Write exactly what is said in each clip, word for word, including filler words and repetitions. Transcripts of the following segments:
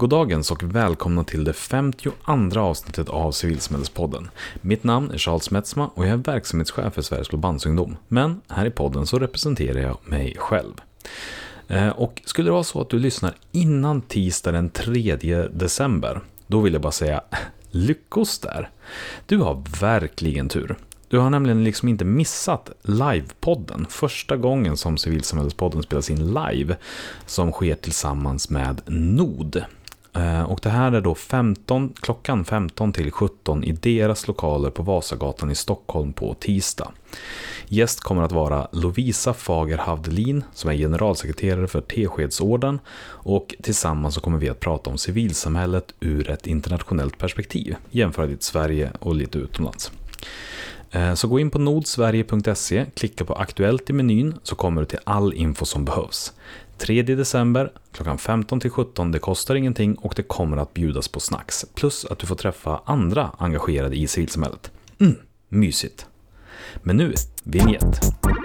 Goddagens och välkomna till det femtioandra avsnittet av Civilsamhällespodden. Mitt namn är Charles Metzma och jag är verksamhetschef för Sveriges Blåbandsungdom. Men här i podden så representerar jag mig själv. Och skulle det vara så att du lyssnar innan tisdag den tredje december, då vill jag bara säga lyckos där. Du har verkligen tur. Du har nämligen liksom inte missat livepodden, första gången som Civilsamhällespodden spelas in live, som sker tillsammans med Nod. Och det här är då femton, klockan femton till sjutton i deras lokaler på Vasagatan i Stockholm på tisdag. Gäst kommer att vara Lovisa Fager Havdelin som är generalsekreterare för Teskedsorden, och tillsammans så kommer vi att prata om civilsamhället ur ett internationellt perspektiv, jämföra ditt Sverige och lite utomlands. Så gå in på nodsverige punkt se, klicka på aktuellt i menyn så kommer du till all info som behövs. tredje december klockan femton till sjutton, det kostar ingenting och det kommer att bjudas på snacks. Plus att du får träffa andra engagerade i civilsamhället. Mm, mysigt. Men nu, vignett.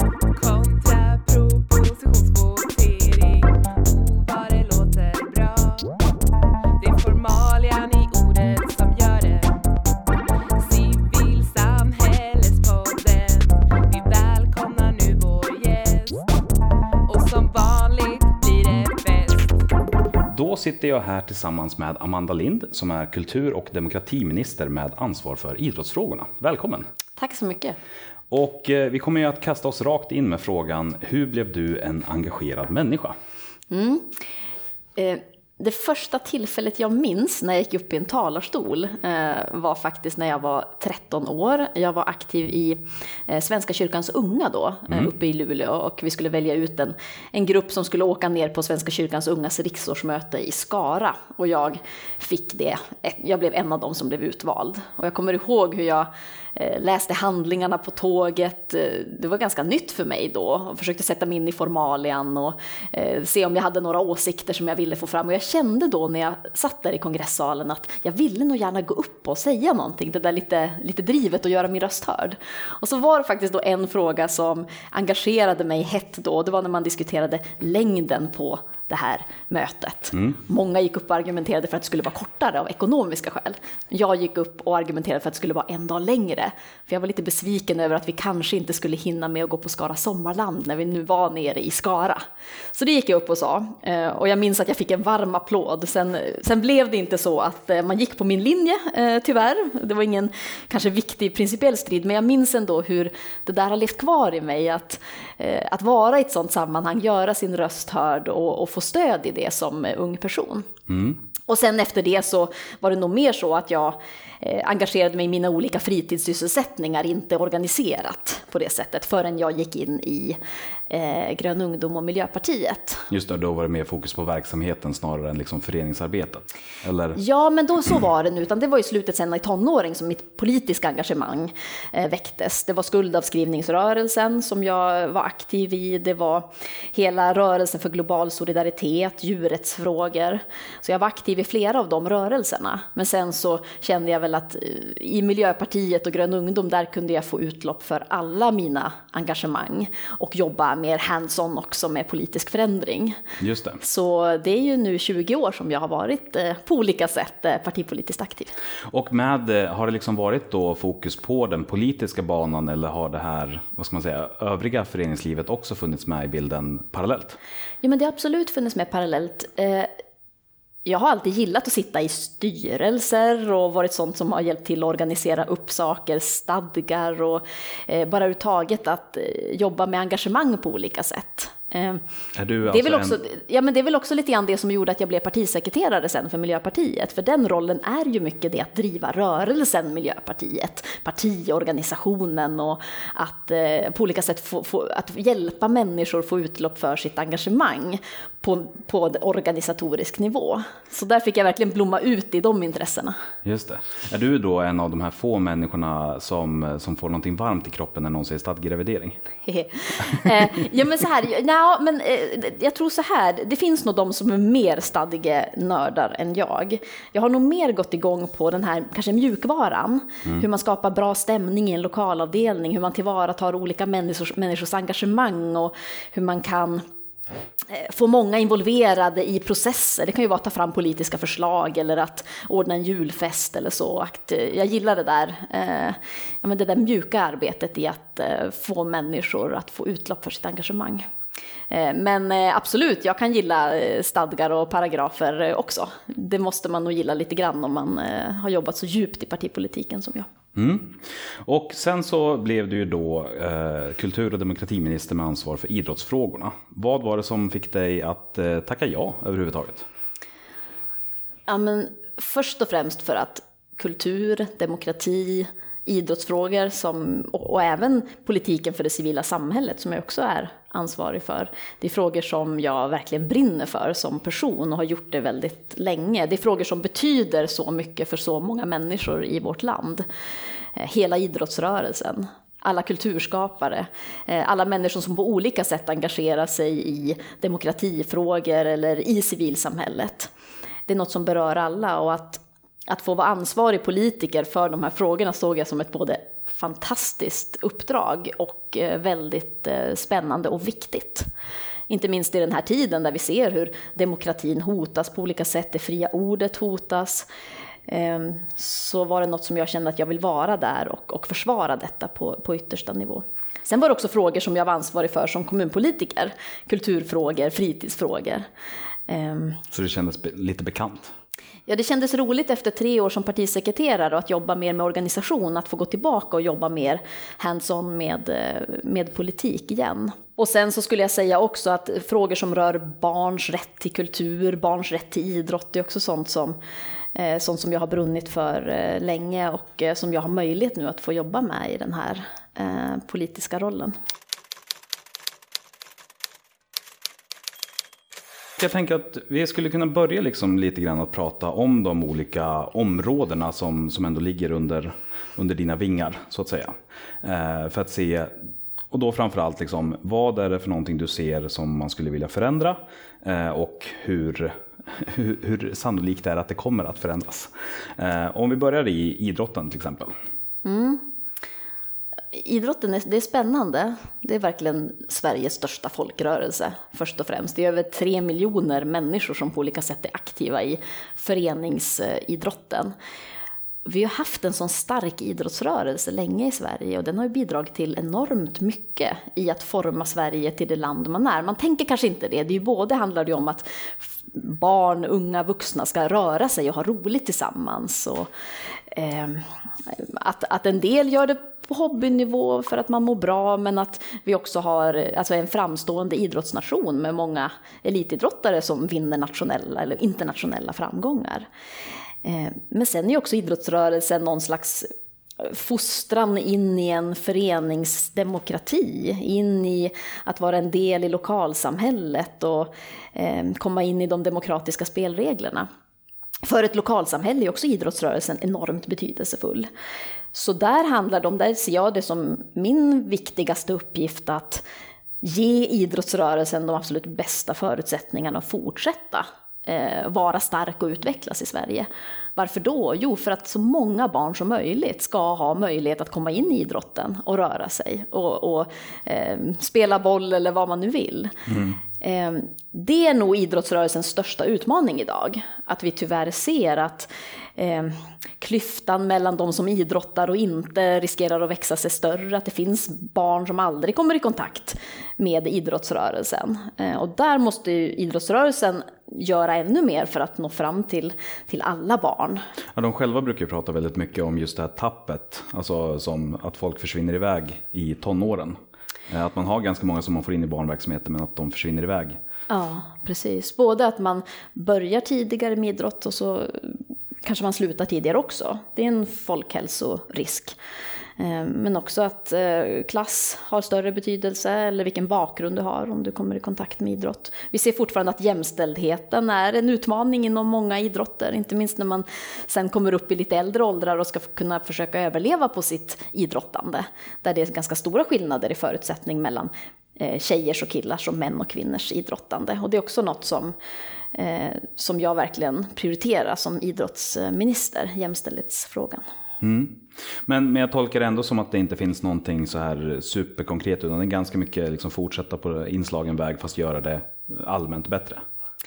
Kontrapropositionsvotering. Oh, vad det låter bra. Det är formalian i ordet som gör det. Civilsamhällespodden. Vi välkomnar nu vår gäst. Och som vanligt blir det fest. Då sitter jag här tillsammans med Amanda Lind som är kultur- och demokratiminister med ansvar för idrottsfrågorna. Välkommen! Tack så mycket. Och eh, vi kommer ju att kasta oss rakt in med frågan, hur blev du en engagerad människa? Mm. Eh, det första tillfället jag minns när jag gick upp i en talarstol eh, var faktiskt när jag var tretton år. Jag var aktiv i eh, Svenska kyrkans unga då, mm. eh, uppe i Luleå, och vi skulle välja ut en, en grupp som skulle åka ner på Svenska kyrkans ungas riksårsmöte i Skara. Och jag fick det. Jag blev en av dem som blev utvald. Och jag kommer ihåg hur jag läste handlingarna på tåget. Det var ganska nytt för mig då. Och försökte sätta mig in i formalian och eh, se om jag hade några åsikter som jag ville få fram. Och jag kände då när jag satt där i kongressalen att jag ville nog gärna gå upp och säga någonting. Det där lite, lite drivet och göra min röst hörd. Och så var det faktiskt då en fråga som engagerade mig hett då. Det var när man diskuterade längden på det här mötet. Mm. Många gick upp och argumenterade för att det skulle vara kortare av ekonomiska skäl. Jag gick upp och argumenterade för att det skulle vara en dag längre. För jag var lite besviken över att vi kanske inte skulle hinna med att gå på Skara sommarland när vi nu var nere i Skara. Så det gick jag upp och sa. Och jag minns att jag fick en varm applåd. Sen, sen blev det inte så att man gick på min linje, tyvärr. Det var ingen kanske viktig principiell strid. Men jag minns ändå hur det där har levt kvar i mig. Att, att vara i ett sånt sammanhang, göra sin röst hörd och, och få stöd i det som ung person. Mm. Och sen efter det så var det nog mer så att jag eh, engagerade mig i mina olika fritidssysselsättningar, inte organiserat på det sättet, förrän jag gick in i eh, Grön ungdom och Miljöpartiet. Just det, då var det mer fokus på verksamheten snarare än liksom föreningsarbetet, eller? Ja, men då så var det nu, utan det var i slutet sen i tonåring som mitt politiska engagemang eh, väcktes. Det var skuldavskrivningsrörelsen som jag var aktiv i, det var hela rörelsen för global solidaritet, djurrättsfrågor. Så jag var aktiv i flera av de rörelserna. Men sen så kände jag väl att i Miljöpartiet och Grön ungdom, där kunde jag få utlopp för alla mina engagemang och jobba mer hands-on också med politisk förändring. Just det. Så det är ju nu tjugo år som jag har varit på olika sätt partipolitiskt aktiv. Och med, har det liksom varit då fokus på den politiska banan, eller har det här, vad ska man säga, övriga föreningslivet också funnits med i bilden parallellt? Ja, men det har absolut funnits med parallellt. Jag har alltid gillat att sitta i styrelser och varit sånt som har hjälpt till att organisera upp saker, stadgar och eh, bara uttaget att eh, jobba med engagemang på olika sätt. Eh, är du det, alltså är väl också, en... ja, men det är väl också lite grann det som gjorde att jag blev partisekreterare sen för Miljöpartiet. För den rollen är ju mycket det att driva rörelsen Miljöpartiet, partiorganisationen, och att eh, på olika sätt få, få, att hjälpa människor få utlopp för sitt engagemang på, på organisatorisk nivå. Så där fick jag verkligen blomma ut i de intressena. Just det. Är du då en av de här få människorna som, som får någonting varmt i kroppen när någon säger stadgerevidering? eh, ja, men så här, nej, men eh, jag tror så här, det finns nog de som är mer stadgenördar än jag. Jag har nog mer gått igång på den här kanske mjukvaran, mm. hur man skapar bra stämning i en lokalavdelning, hur man tillvaratar olika människors, människors engagemang och hur man kan få många involverade i processer. Det kan ju vara att ta fram politiska förslag eller att ordna en julfest eller så. Att, jag gillar det där, eh, ja, men det där mjuka arbetet i att eh, få människor att få utlopp för sitt engagemang. Eh, men eh, absolut, jag kan gilla eh, stadgar och paragrafer eh, också. Det måste man nog gilla lite grann om man eh, har jobbat så djupt i partipolitiken som jag. Mm. Och sen så blev du ju då eh, kultur- och demokratiminister med ansvar för idrottsfrågorna. Vad var det som fick dig att eh, tacka ja överhuvudtaget? Ja, men först och främst för att kultur, demokrati, idrottsfrågor som, och, och även politiken för det civila samhället som jag också är ansvarig för. Det är frågor som jag verkligen brinner för som person och har gjort det väldigt länge. Det är frågor som betyder så mycket för så många människor i vårt land. Hela idrottsrörelsen, alla kulturskapare, alla människor som på olika sätt engagerar sig i demokratifrågor eller i civilsamhället. Det är något som berör alla, och att, att få vara ansvarig politiker för de här frågorna såg jag som ett både fantastiskt uppdrag och väldigt spännande och viktigt. Inte minst i den här tiden där vi ser hur demokratin hotas på olika sätt, det fria ordet hotas. Så var det något som jag kände att jag vill vara där och, och försvara detta på, på yttersta nivå. Sen var det också frågor som jag var ansvarig för som kommunpolitiker. Kulturfrågor, fritidsfrågor. Så det kändes be- lite bekant? Ja, det kändes roligt efter tre år som partisekreterare och att jobba mer med organisation, att få gå tillbaka och jobba mer hands-on med, med politik igen. Och sen så skulle jag säga också att frågor som rör barns rätt till kultur, barns rätt till idrott, det är också sånt som, eh, sånt som jag har brunnit för eh, länge och eh, som jag har möjlighet nu att få jobba med i den här eh, politiska rollen. Jag tänker att vi skulle kunna börja liksom lite grann att prata om de olika områdena som, som ändå ligger under, under dina vingar, så att säga. Eh, för att se, och då framförallt liksom, vad är det för någonting du ser som man skulle vilja förändra eh, och hur, hur, hur sannolikt det är att det kommer att förändras. Eh, om vi börjar i idrotten till exempel. Mm. Idrotten är, det är spännande. Det är verkligen Sveriges största folkrörelse först och främst. Det är över tre miljoner människor som på olika sätt är aktiva i föreningsidrotten. Vi har haft en sån stark idrottsrörelse länge i Sverige och den har ju bidragit till enormt mycket i att forma Sverige till det land man är. Man tänker kanske inte det. Det är ju både handlar det om att barn, unga, vuxna ska röra sig och ha roligt tillsammans. Och, eh, att, att en del gör det på hobbynivå för att man mår bra, men att vi också har alltså en framstående idrottsnation med många elitidrottare som vinner nationella eller internationella framgångar. Men sen är också idrottsrörelsen någon slags fostran in i en föreningsdemokrati, in i att vara en del i lokalsamhället och komma in i de demokratiska spelreglerna. För ett lokalsamhälle är också idrottsrörelsen enormt betydelsefull. Så där handlar det om, där ser jag det som min viktigaste uppgift att ge idrottsrörelsen de absolut bästa förutsättningarna att fortsätta eh, vara stark och utvecklas i Sverige. Varför då? Jo, för att så många barn som möjligt ska ha möjlighet att komma in i idrotten och röra sig och, och eh, spela boll eller vad man nu vill. Mm. Eh, det är nog idrottsrörelsens största utmaning idag. Att vi tyvärr ser att eh, klyftan mellan de som idrottar och inte riskerar att växa sig större. Att det finns barn som aldrig kommer i kontakt med idrottsrörelsen. Eh, och där måste ju idrottsrörelsen göra ännu mer för att nå fram till, till alla barn. Ja, de själva brukar ju prata väldigt mycket om just det här tappet. Alltså som att folk försvinner iväg i tonåren. Att man har ganska många som man får in i barnverksamheten men att de försvinner iväg. Ja, precis. Både att man börjar tidigare med idrott och så kanske man slutar tidigare också. Det är en folkhälsorisk. Men också att klass har större betydelse eller vilken bakgrund du har om du kommer i kontakt med idrott. Vi ser fortfarande att jämställdheten är en utmaning inom många idrotter. Inte minst när man sen kommer upp i lite äldre åldrar och ska kunna försöka överleva på sitt idrottande. Där det är ganska stora skillnader i förutsättning mellan tjejers och killars och män och kvinnors idrottande. Och det är också något som, eh, som jag verkligen prioriterar som idrottsminister, jämställdhetsfrågan. Mm. Men, men jag tolkar det ändå som att det inte finns någonting så här superkonkret utan det är ganska mycket liksom fortsätta på inslagen väg fast göra det allmänt bättre?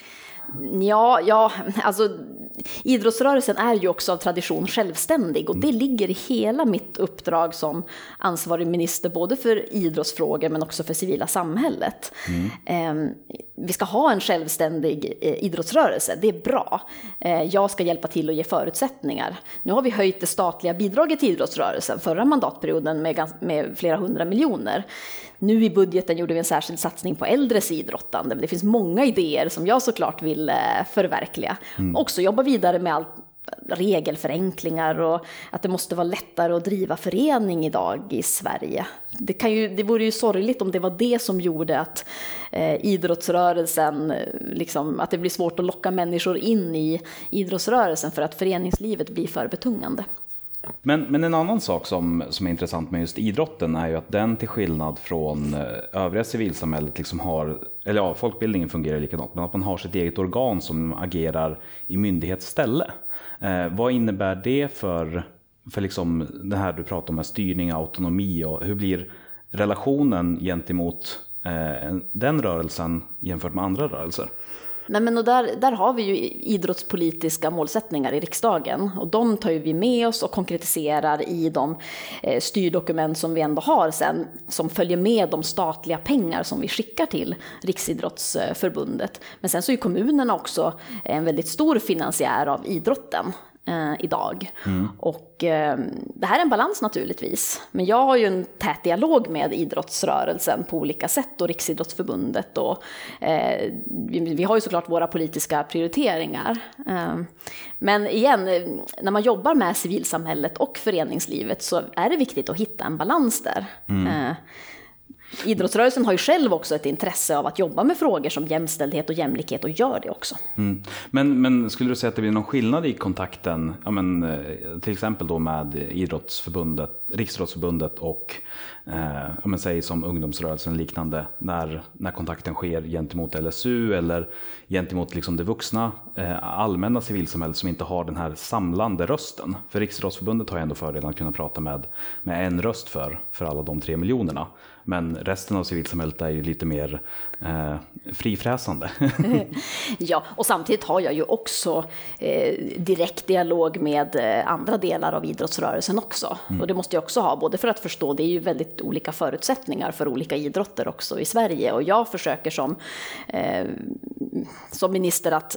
Ja, ja, alltså idrottsrörelsen är ju också av tradition självständig och det ligger i hela mitt uppdrag som ansvarig minister både för idrottsfrågor men också för civila samhället. Mm. Eh, vi ska ha en självständig eh, idrottsrörelse, det är bra. Eh, jag ska hjälpa till att ge förutsättningar. Nu har vi höjt det statliga bidraget till idrottsrörelsen förra mandatperioden med, med flera hundra miljoner. Nu i budgeten gjorde vi en särskild satsning på äldres idrottande. Det finns många idéer som jag såklart vill förverkliga. Mm. Också jobba vidare med allt regelförenklingar och att det måste vara lättare att driva förening idag i Sverige. Det, kan ju, det vore ju sorgligt om det var det som gjorde att eh, idrottsrörelsen, liksom, att det blir svårt att locka människor in i idrottsrörelsen för att föreningslivet blir för betungande. Men, men en annan sak som, som är intressant med just idrotten är ju att den till skillnad från övriga civilsamhället liksom har, eller ja, folkbildningen fungerar likadant, men att man har sitt eget organ som agerar i myndighetsställe. Eh, vad innebär det för, för liksom det här du pratar om med styrning, autonomi och hur blir relationen gentemot eh, den rörelsen jämfört med andra rörelser? Nej, men och där, där har vi ju idrottspolitiska målsättningar i riksdagen och de tar ju vi med oss och konkretiserar i de eh, styrdokument som vi ändå har sen som följer med de statliga pengar som vi skickar till Riksidrottsförbundet. Men sen så är kommunerna också en väldigt stor finansiär av idrotten eh, idag. Mm. Och eh, det här är en balans naturligtvis. Men jag har ju en tät dialog med idrottsrörelsen på olika sätt och Riksidrottsförbundet. Och, eh, vi, vi har ju såklart våra politiska prioriteringar. Eh, men igen, när man jobbar med civilsamhället och föreningslivet så är det viktigt att hitta en balans där. Mm. Eh, Idrottsrörelsen har ju själv också ett intresse av att jobba med frågor som jämställdhet och jämlikhet och gör det också. Mm. Men, men skulle du säga att det blir någon skillnad i kontakten, ja men, till exempel då med idrottsförbundet, Riksidrottsförbundet och eh, ja men, säg som ungdomsrörelsen liknande när, när kontakten sker gentemot L S U eller gentemot liksom det vuxna eh, allmänna civilsamhället som inte har den här samlande rösten? För Riksidrottsförbundet har ju ändå fördelen att kunna prata med, med en röst för, för alla de tre miljonerna. Men resten av civilsamhället är ju lite mer eh, frifräsande. Ja, och samtidigt har jag ju också eh, direkt dialog med eh, andra delar av idrottsrörelsen också. Mm. Och det måste jag också ha, både för att förstå, det är ju väldigt olika förutsättningar för olika idrotter också i Sverige. Och jag försöker som, eh, som minister att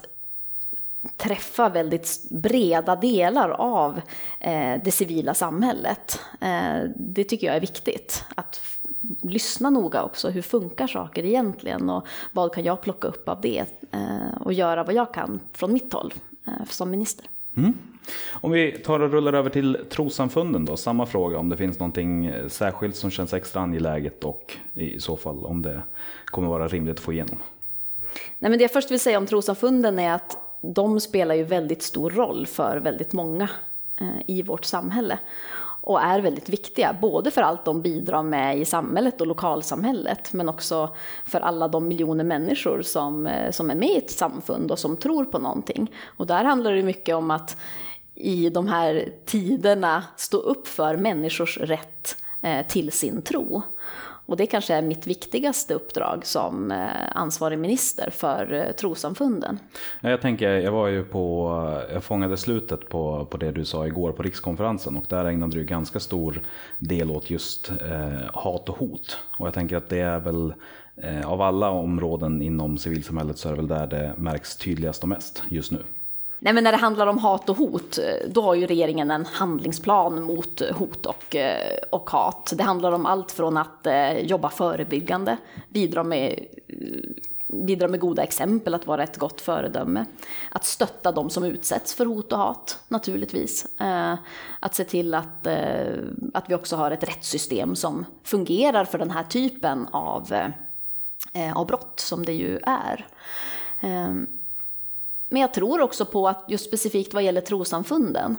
träffa väldigt breda delar av eh, det civila samhället. Eh, det tycker jag är viktigt. Att f- lyssna noga också. Hur funkar saker egentligen? Och vad kan jag plocka upp av det? Eh, och göra vad jag kan från mitt håll eh, som minister. Mm. Om vi tar och rullar över till trossamfunden då. Samma fråga, om det finns någonting särskilt som känns extra angeläget och i så fall om det kommer vara rimligt att få igenom. Nej, men det jag först vill säga om trossamfunden är att de spelar ju väldigt stor roll för väldigt många eh, i vårt samhälle och är väldigt viktiga, både för allt de bidrar med i samhället och lokalsamhället, men också för alla de miljoner människor som, eh, som är med i ett samfund och som tror på någonting. Och där handlar det mycket om att i de här tiderna stå upp för människors rätt eh, till sin tro. Och det kanske är mitt viktigaste uppdrag som ansvarig minister för trossamfunden. Jag tänker, jag var ju på, jag fångade slutet på, på det du sa igår på rikskonferensen och där ägnade du ganska stor del åt just eh, hat och hot. Och jag tänker att det är väl eh, av alla områden inom civilsamhället så är det väl där det märks tydligast och mest just nu. Nej, men när det handlar om hat och hot, då har ju regeringen en handlingsplan mot hot och, och hat. Det handlar om allt från att eh, jobba förebyggande, bidra med, bidra med goda exempel, att vara ett gott föredöme. Att stötta de som utsätts för hot och hat, naturligtvis. Eh, att se till att, eh, att vi också har ett rättssystem som fungerar för den här typen av, eh, av brott som det ju är. Eh, Men jag tror också på att just specifikt vad gäller trossamfunden,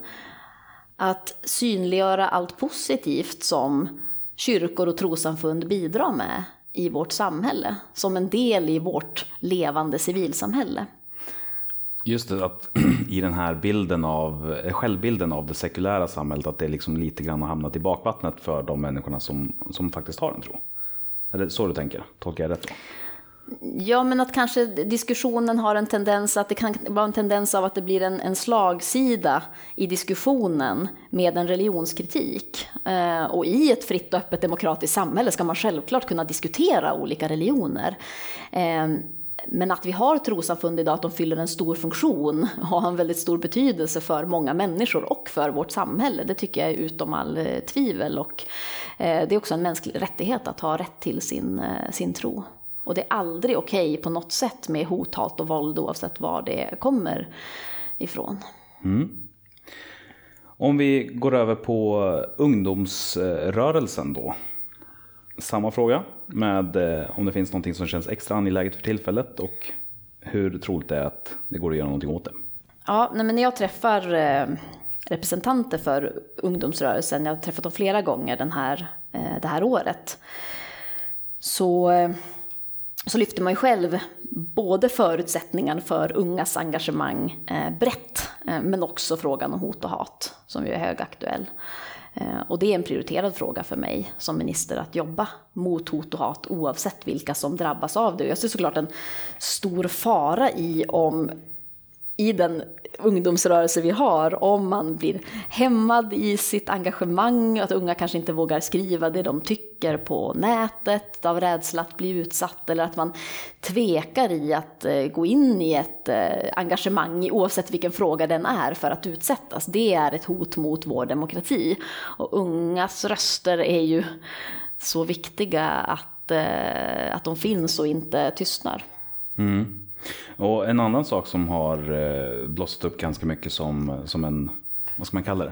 att synliggöra allt positivt som kyrkor och trossamfund bidrar med i vårt samhälle, som en del i vårt levande civilsamhälle. Just det, att i den här bilden av, självbilden av det sekulära samhället, att det liksom lite grann har hamnat i bakvattnet för de människorna som, som faktiskt har en tro. Är det så du tänker? Tolkar jag rätt då? Ja, men att kanske diskussionen har en tendens att det kan vara en tendens av att det blir en, en slagsida i diskussionen med en religionskritik. Eh, och i ett fritt och öppet demokratiskt samhälle ska man självklart kunna diskutera olika religioner. Eh, men att vi har trossamfund idag, att de fyller en stor funktion och har en väldigt stor betydelse för många människor och för vårt samhälle, det tycker jag är utom all eh, tvivel. Och eh, det är också en mänsklig rättighet att ha rätt till sin, eh, sin tro. Och det är aldrig okej på något sätt med hot, hat och våld oavsett var det kommer ifrån. Mm. Om vi går över på ungdomsrörelsen då. Samma fråga med om det finns någonting som känns extra angeläget för tillfället och hur troligt det är att det går att göra någonting åt det. Ja, nej, men när jag träffar eh, representanter för ungdomsrörelsen, jag har träffat dem flera gånger den här, eh, det här året, så... Eh, så lyfter man ju själv både förutsättningarna för ungas engagemang eh, brett, eh, men också frågan om hot och hat som ju är högaktuell. Eh, och det är en prioriterad fråga för mig som minister att jobba mot hot och hat oavsett vilka som drabbas av det. Jag ser såklart en stor fara i om i den ungdomsrörelse vi har, om man blir hämmad i sitt engagemang, att unga kanske inte vågar skriva det de tycker på nätet av rädsla att bli utsatt, eller att man tvekar i att eh, gå in i ett eh, engagemang oavsett vilken fråga den är för att utsättas. Det är ett hot mot vår demokrati, och ungas röster är ju så viktiga att, eh, att de finns och inte tystnar. Mm. Och en annan sak som har eh, blossat upp ganska mycket som, som en, vad ska man kalla det?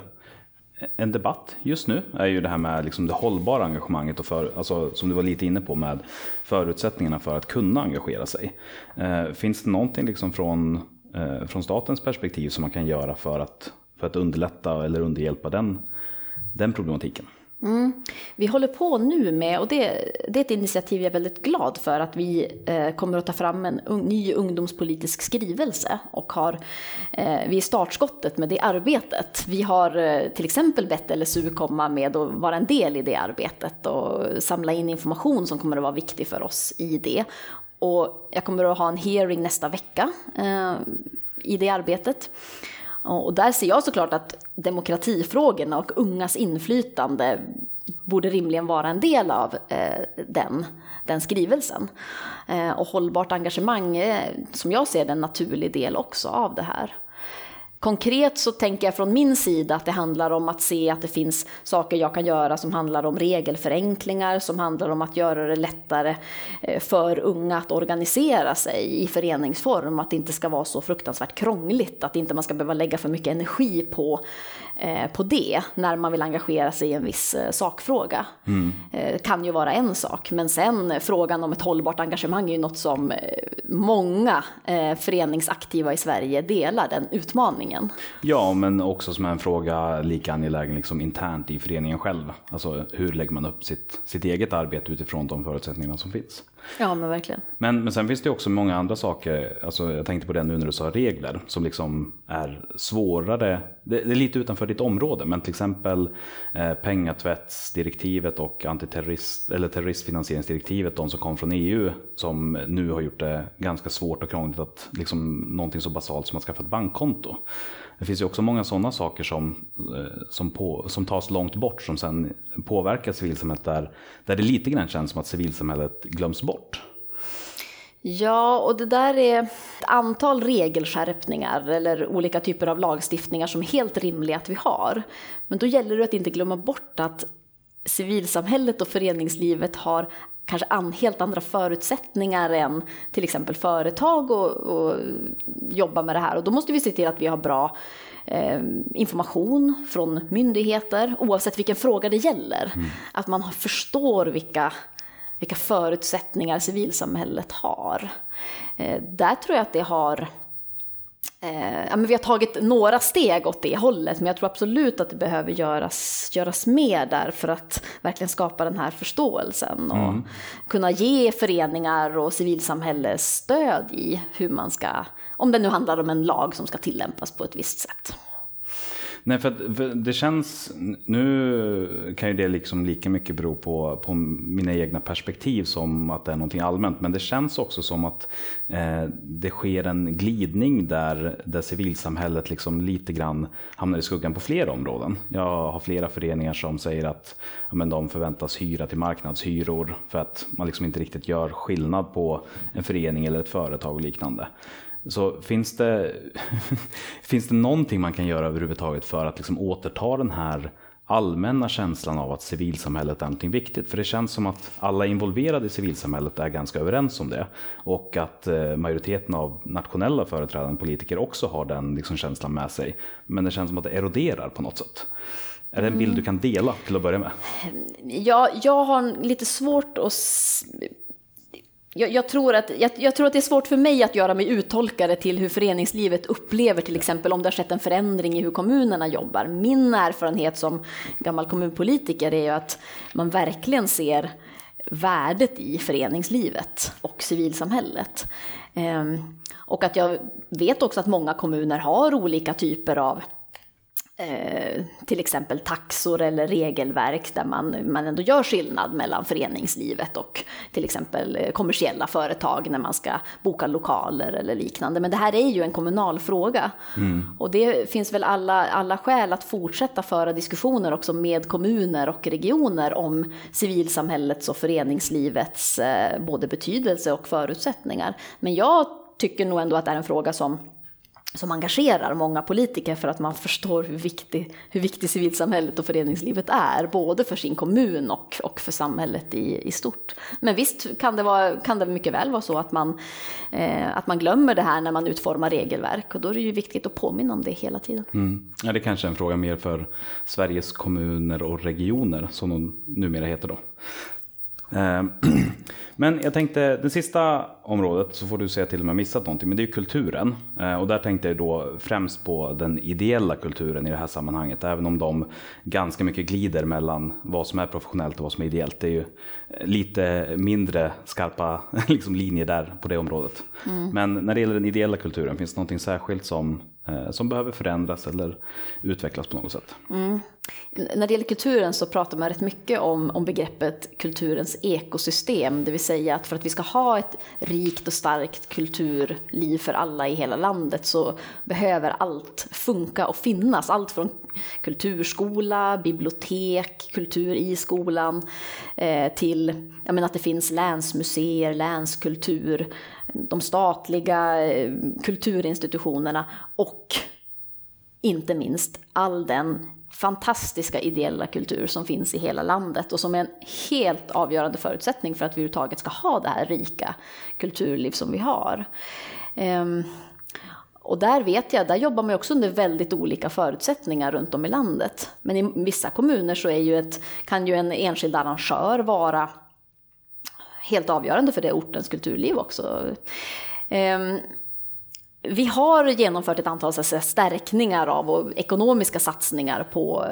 En debatt just nu är ju det här med liksom det hållbara engagemanget och för, alltså, som du var lite inne på med förutsättningarna för att kunna engagera sig. Eh, finns det någonting liksom från, eh, från statens perspektiv som man kan göra för att, för att underlätta eller underhjälpa den, den problematiken? Mm. Vi håller på nu med, och det, det är ett initiativ jag är väldigt glad för, att vi eh, kommer att ta fram en un, ny ungdomspolitisk skrivelse, och har, eh, vi är startskottet med det arbetet. Vi har eh, till exempel bett L S U komma med och vara en del i det arbetet och samla in information som kommer att vara viktig för oss i det. Och jag kommer att ha en hearing nästa vecka eh, i det arbetet. Och där ser jag såklart att demokratifrågorna och ungas inflytande borde rimligen vara en del av eh, den, den skrivelsen. Eh, och hållbart engagemang är, som jag ser det, en naturlig del också av det här. Konkret så tänker jag från min sida att det handlar om att se att det finns saker jag kan göra som handlar om regelförenklingar, som handlar om att göra det lättare för unga att organisera sig i föreningsform, att det inte ska vara så fruktansvärt krångligt, att inte man ska behöva lägga för mycket energi på, eh, på det när man vill engagera sig i en viss eh, sakfråga. Mm. Eh, kan ju vara en sak, men sen frågan om ett hållbart engagemang är ju något som eh, många eh, föreningsaktiva i Sverige delar, den utmaningen. Ja, men också som en fråga lika angelägen liksom internt i föreningen själv. Alltså hur lägger man upp sitt, sitt eget arbete utifrån de förutsättningarna som finns. Ja, men verkligen. Men, men sen finns det också många andra saker. Alltså, jag tänkte på det nu när du sa regler som liksom är svårare. Det, det är lite utanför ditt område, men till exempel eh, pengatvättsdirektivet och antiterrorist eller terroristfinansieringsdirektivet, de som kom från E U, som nu har gjort det ganska svårt och krångligt att liksom någonting så basalt som att skaffa ett bankkonto. Det finns ju också många sådana saker som, som, på, som tas långt bort, som sen påverkar civilsamhället, där, där det lite grann känns som att civilsamhället glöms bort. Ja, och det där är ett antal regelskärpningar eller olika typer av lagstiftningar som är helt rimliga att vi har. Men då gäller det att inte glömma bort att civilsamhället och föreningslivet har kanske an, helt andra förutsättningar än till exempel företag och, och jobba med det här. Och då måste vi se till att vi har bra eh, information från myndigheter, oavsett vilken fråga det gäller. Mm. Att man förstår vilka, vilka förutsättningar civilsamhället har. Eh, där tror jag att det har... Eh, ja, men vi har tagit några steg åt det hållet, men jag tror absolut att det behöver göras, göras mer där för att verkligen skapa den här förståelsen och mm. kunna ge föreningar och civilsamhälle stöd i hur man ska, om det nu handlar om en lag som ska tillämpas på ett visst sätt. Nej, för, att, för det känns, nu kan ju det liksom lika mycket bero på, på mina egna perspektiv som att det är någonting allmänt, men det känns också som att eh, det sker en glidning där, där civilsamhället liksom lite grann hamnar i skuggan på flera områden. Jag har flera föreningar som säger att ja, men de förväntas hyra till marknadshyror för att man liksom inte riktigt gör skillnad på en förening eller ett företag och liknande. Så finns det, finns det någonting man kan göra överhuvudtaget för att liksom återta den här allmänna känslan av att civilsamhället är någonting viktigt? För det känns som att alla involverade i civilsamhället är ganska överens om det. Och att majoriteten av nationella företrädande politiker också har den liksom känslan med sig. Men det känns som att det eroderar på något sätt. Är det en bild du kan dela till att börja med? Ja, jag har lite svårt att... Jag, jag, tror att, jag, jag tror att det är svårt för mig att göra mig uttolkare till hur föreningslivet upplever till exempel om det har skett en förändring i hur kommunerna jobbar. Min erfarenhet som gammal kommunpolitiker är ju att man verkligen ser värdet i föreningslivet och civilsamhället. Ehm, och att jag vet också att många kommuner har olika typer av Eh, till exempel taxor eller regelverk där man, man ändå gör skillnad mellan föreningslivet och till exempel kommersiella företag när man ska boka lokaler eller liknande. Men det här är ju en kommunal fråga. Mm. Och det finns väl alla, alla skäl att fortsätta föra diskussioner också med kommuner och regioner om civilsamhällets och föreningslivets eh, både betydelse och förutsättningar. Men jag tycker nog ändå att det är en fråga som som engagerar många politiker för att man förstår hur viktig, hur viktig civilsamhället och föreningslivet är, både för sin kommun och, och för samhället i, i stort. Men visst kan det, vara, kan det mycket väl vara så att man, eh, att man glömmer det här när man utformar regelverk, och då är det ju viktigt att påminna om det hela tiden. Mm. Ja, det är kanske är en fråga mer för Sveriges kommuner och regioner, som de numera heter då. Men jag tänkte, det sista området, så får du säga till om jag missat någonting, men det är ju kulturen. Och där tänkte jag då främst på den ideella kulturen i det här sammanhanget, även om de ganska mycket glider mellan vad som är professionellt och vad som är ideellt. Det är ju lite mindre skarpa liksom, linjer där på det området. Mm. Men när det gäller den ideella kulturen, finns det någonting särskilt som, som behöver förändras eller utvecklas på något sätt? Mm. När det gäller kulturen så pratar man rätt mycket om, om begreppet kulturens ekosystem, det vill säga att för att vi ska ha ett rikt och starkt kulturliv för alla i hela landet så behöver allt funka och finnas. Allt från kulturskola, bibliotek, kultur i skolan eh, till jag menar, att det finns länsmuseer, länskultur, de statliga eh, kulturinstitutionerna och inte minst all den fantastiska ideella kultur som finns i hela landet och som är en helt avgörande förutsättning för att vi överhuvudtaget ska ha det här rika kulturliv som vi har. Um, och där vet jag, där jobbar man också under väldigt olika förutsättningar runt om i landet. Men i vissa kommuner så är ju ett, kan ju en enskild arrangör vara helt avgörande för det ortens kulturliv också. Um, Vi har genomfört ett antal så att säga, stärkningar av och ekonomiska satsningar på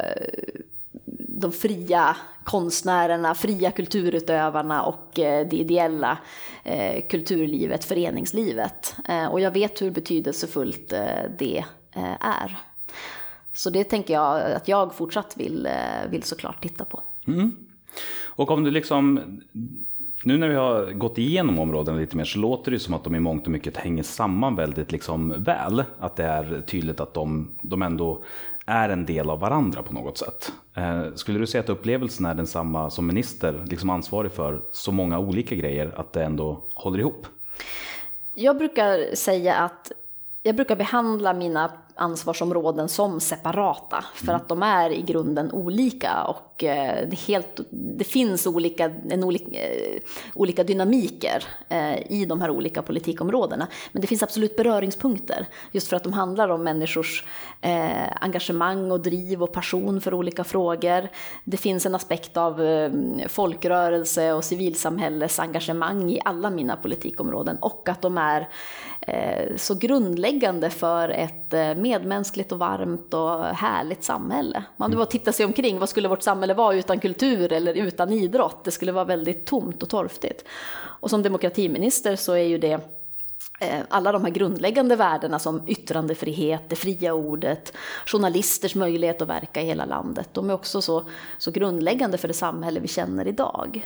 de fria konstnärerna, fria kulturutövarna och det ideella kulturlivet, föreningslivet. Och jag vet hur betydelsefullt det är. Så det tänker jag att jag fortsatt vill, vill såklart titta på. Mm. Och om du liksom... Nu när vi har gått igenom områden lite mer så låter det som att de i mångt och mycket hänger samman väldigt liksom väl. Att det är tydligt att de, de ändå är en del av varandra på något sätt. Eh, skulle du säga att upplevelsen är densamma som minister, liksom ansvarig för så många olika grejer, att det ändå håller ihop? Jag brukar säga att jag brukar behandla mina ansvarsområden som separata för att de är i grunden olika och det, helt, det finns olika, en olika, olika dynamiker i de här olika politikområdena. Men det finns absolut beröringspunkter just för att de handlar om människors engagemang och driv och passion för olika frågor. Det finns en aspekt av folkrörelse och civilsamhälles engagemang i alla mina politikområden och att de är så grundläggande för ett medmänskligt och varmt och härligt samhälle. Man bara titta sig omkring, vad skulle vårt samhälle vara utan kultur eller utan idrott? Det skulle vara väldigt tomt och torftigt. Och som demokratiminister så är ju det alla de här grundläggande värdena som yttrandefrihet, det fria ordet, journalisters möjlighet att verka i hela landet. De är också så, så grundläggande för det samhälle vi känner idag.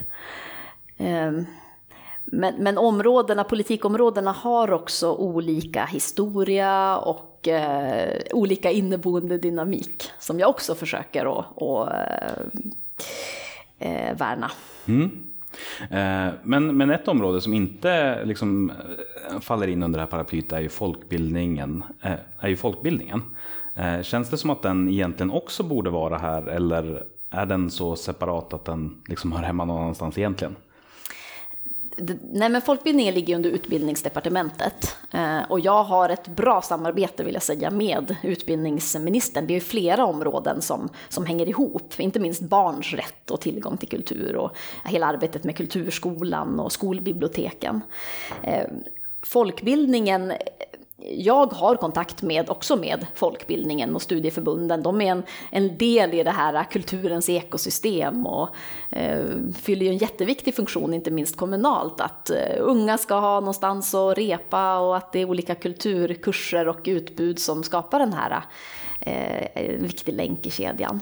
Men, men områdena, politikområdena har också olika historia och eh, olika inneboende dynamik som jag också försöker att, att eh, värna. Mm. Eh, men, men ett område som inte liksom faller in under det här paraplyet är ju folkbildningen. Eh, är ju folkbildningen. Eh, känns det som att den egentligen också borde vara här, eller är den så separat att den liksom hör hemma någon annanstans egentligen? Nej, men folkbildningen ligger under utbildningsdepartementet och jag har ett bra samarbete, vill jag säga, med utbildningsministern. Det är ju flera områden som, som hänger ihop, inte minst barns rätt och tillgång till kultur och hela arbetet med kulturskolan och skolbiblioteken. Folkbildningen, jag har kontakt med, också med folkbildningen och studieförbunden. De är en, en del i det här kulturens ekosystem och eh, fyller ju en jätteviktig funktion, inte minst kommunalt, att eh, unga ska ha någonstans att repa och att det är olika kulturkurser och utbud som skapar den här eh, viktig länk i kedjan.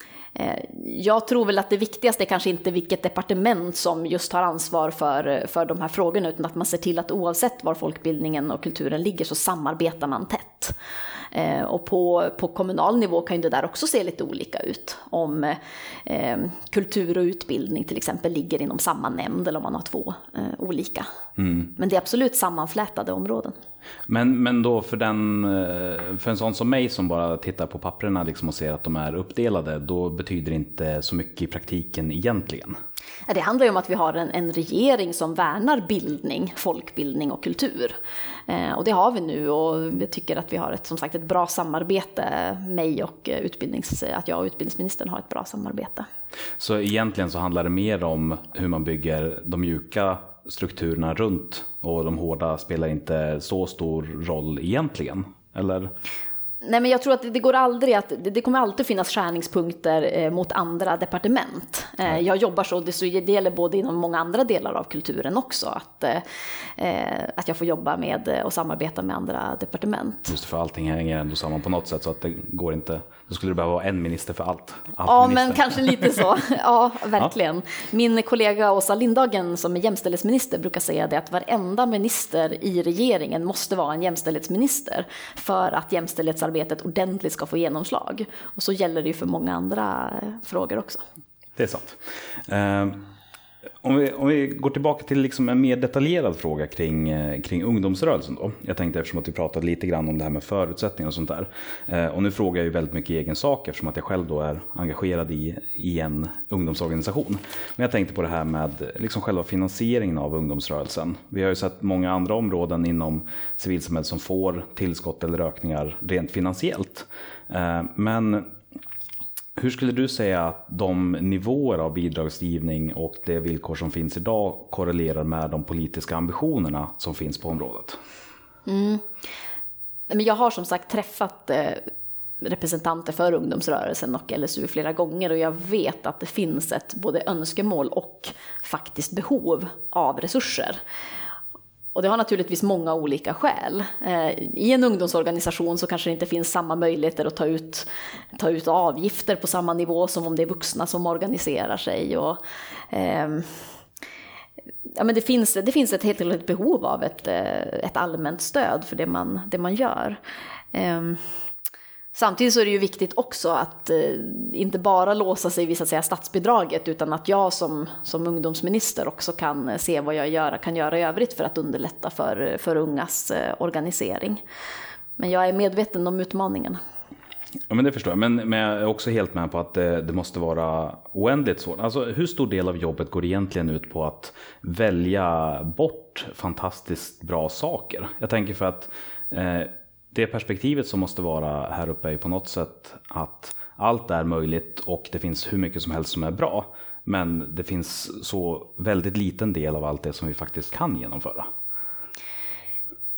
Jag tror väl att det viktigaste är kanske inte vilket departement som just har ansvar för, för de här frågorna, utan att man ser till att oavsett var folkbildningen och kulturen ligger så samarbetar man tätt. Och på, på kommunal nivå kan det där också se lite olika ut. Om eh, kultur och utbildning till exempel ligger inom samma nämnd eller om man har två eh, olika. Mm. Men det är absolut sammanflätade områden. Men, men då för, den, för en sån som mig som bara tittar på papperna liksom och ser att de är uppdelade, då betyder det inte så mycket i praktiken egentligen? Det handlar ju om att vi har en, en regering som värnar bildning, folkbildning och kultur. Eh, och det har vi nu, och jag tycker att vi har ett, som sagt, ett bra samarbete, mig och utbildnings, att jag och utbildningsministern har ett bra samarbete. Så egentligen så handlar det mer om hur man bygger de mjuka strukturerna runt, och de hårda spelar inte så stor roll egentligen, eller? Nej, men jag tror att det, det går aldrig att, det, det kommer alltid finnas skärningspunkter eh, mot andra departement. Eh, jag jobbar så, det, så det gäller både inom många andra delar av kulturen också, att, eh, att jag får jobba med och samarbeta med andra departement. Just för allting hänger ändå samman på något sätt, så att det går inte, då skulle det behöva vara en minister för allt. allt ja, minister. Men kanske lite så. Ja, verkligen. Ja. Min kollega Åsa Lindhagen som är jämställdhetsminister brukar säga det, att varenda minister i regeringen måste vara en jämställdhetsminister för att jämställdhetsarbetet arbetet ordentligt ska få genomslag. Och så gäller det ju för många andra frågor också. Det är sant. Eh, om, vi, om vi går tillbaka till liksom en mer detaljerad fråga kring, kring ungdomsrörelsen då. Jag tänkte, eftersom att vi pratade lite grann om det här med förutsättningar och sånt där. Eh, och nu frågar jag ju väldigt mycket egen sak, eftersom att jag själv då är engagerad i, i en ungdomsorganisation. Men jag tänkte på det här med liksom själva finansieringen av ungdomsrörelsen. Vi har ju sett många andra områden inom civilsamhället som får tillskott eller ökningar rent finansiellt. Eh, men hur skulle du säga att de nivåer av bidragsgivning och det villkor som finns idag korrelerar med de politiska ambitionerna som finns på området? Mm. Men jag har som sagt träffat eh, representanter för ungdomsrörelsen och L S U flera gånger, och jag vet att det finns ett både önskemål och faktiskt behov av resurser. Och det har naturligtvis många olika skäl. I en ungdomsorganisation så kanske det inte finns samma möjligheter att ta ut, ta ut avgifter på samma nivå som om det är vuxna som organiserar sig. Och, eh, ja, men det, finns, det finns ett helt enkelt behov av ett, ett allmänt stöd för det man, det man gör. Eh, Samtidigt så är det ju viktigt också att eh, inte bara låsa sig vid så att säga statsbidraget, utan att jag som, som ungdomsminister också kan se vad jag gör, kan göra i övrigt för att underlätta för, för ungas eh, organisering. Men jag är medveten om utmaningen. Ja, men det förstår jag. Men, men jag är också helt med på att det, det måste vara oändligt svårt. Alltså, hur stor del av jobbet går egentligen ut på att välja bort fantastiskt bra saker? Jag tänker för att eh, det perspektivet som måste vara här uppe är på något sätt att allt är möjligt och det finns hur mycket som helst som är bra. Men det finns så väldigt liten del av allt det som vi faktiskt kan genomföra.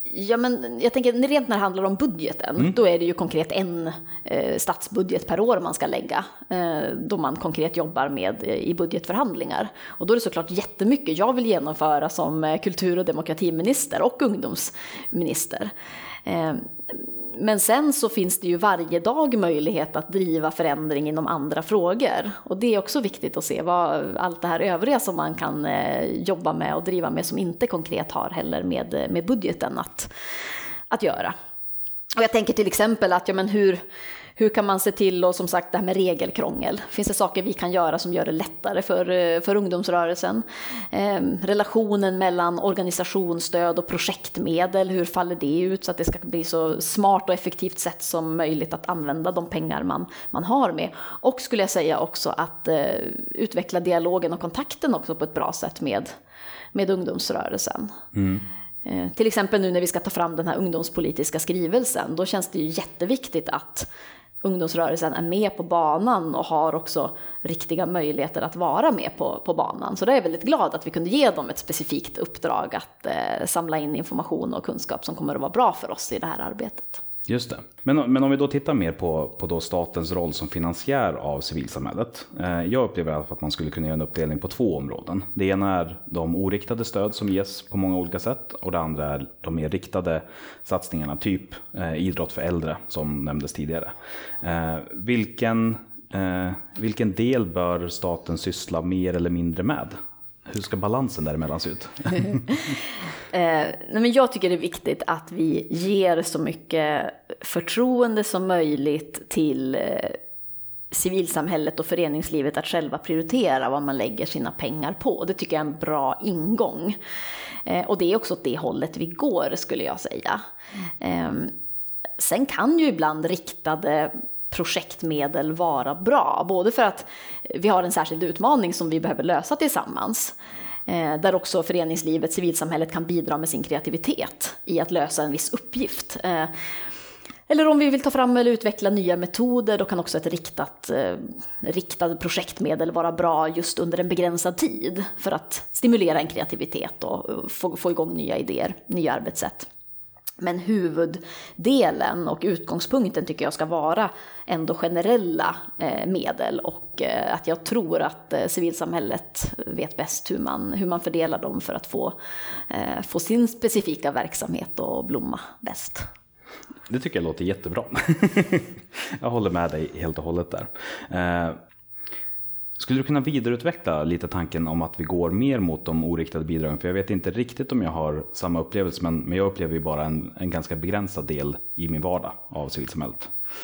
Ja, men jag tänker rent när det handlar om budgeten, mm. då är det ju konkret en eh, statsbudget per år man ska lägga, eh, då man konkret jobbar med eh, i budgetförhandlingar. Och då är det såklart jättemycket jag vill genomföra som eh, kultur- och demokratiminister och ungdomsminister. Eh, men sen så finns det ju varje dag möjlighet att driva förändring inom andra frågor. Och det är också viktigt att se vad allt det här övriga som man kan eh, jobba med och driva med som inte konkret har heller med, med budgeten att, att göra. Och jag tänker till exempel att ja, men hur, hur kan man se till, och som sagt det här med regelkrångel. Finns det saker vi kan göra som gör det lättare för, för ungdomsrörelsen? Eh, relationen mellan organisationsstöd och projektmedel, hur faller det ut så att det ska bli så smart och effektivt sätt som möjligt att använda de pengar man, man har med. Och skulle jag säga också att eh, utveckla dialogen och kontakten också på ett bra sätt med, med ungdomsrörelsen. Mm. Eh, till exempel nu när vi ska ta fram den här ungdomspolitiska skrivelsen, då känns det ju jätteviktigt att ungdomsrörelsen är med på banan och har också riktiga möjligheter att vara med på, på banan. Så då är jag väldigt glad att vi kunde ge dem ett specifikt uppdrag att eh, samla in information och kunskap som kommer att vara bra för oss i det här arbetet. Just det. Men, men om vi då tittar mer på, på då statens roll som finansiär av civilsamhället. Eh, jag upplever att man skulle kunna göra en uppdelning på två områden. Det ena är de oriktade stöd som ges på många olika sätt. Och det andra är de mer riktade satsningarna, typ eh, idrott för äldre som nämndes tidigare. Eh, vilken, eh, vilken del bör staten syssla mer eller mindre med? Hur ska balansen däremellan se ut? eh, nej men jag tycker det är viktigt att vi ger så mycket förtroende som möjligt till eh, civilsamhället och föreningslivet att själva prioritera vad man lägger sina pengar på. Det tycker jag är en bra ingång. Eh, och det är också åt det hållet vi går, skulle jag säga. Eh, sen kan ju ibland riktade projektmedel vara bra, både för att vi har en särskild utmaning som vi behöver lösa tillsammans, eh, där också föreningslivet, civilsamhället kan bidra med sin kreativitet i att lösa en viss uppgift. Eh, eller om vi vill ta fram eller utveckla nya metoder, då kan också ett riktat, eh, riktat projektmedel vara bra just under en begränsad tid för att stimulera en kreativitet och få, få igång nya idéer, nya arbetssätt. Men huvuddelen och utgångspunkten tycker jag ska vara ändå generella eh, medel, och eh, att jag tror att eh, civilsamhället vet bäst hur man, hur man fördelar dem för att få, eh, få sin specifika verksamhet att blomma bäst. Det tycker jag låter jättebra. Jag håller med dig helt och hållet där. Eh, Skulle du kunna vidareutveckla lite tanken om att vi går mer mot de oriktade bidragen? För jag vet inte riktigt om jag har samma upplevelse, men, men jag upplever ju bara en, en ganska begränsad del i min vardag av civilsamhället.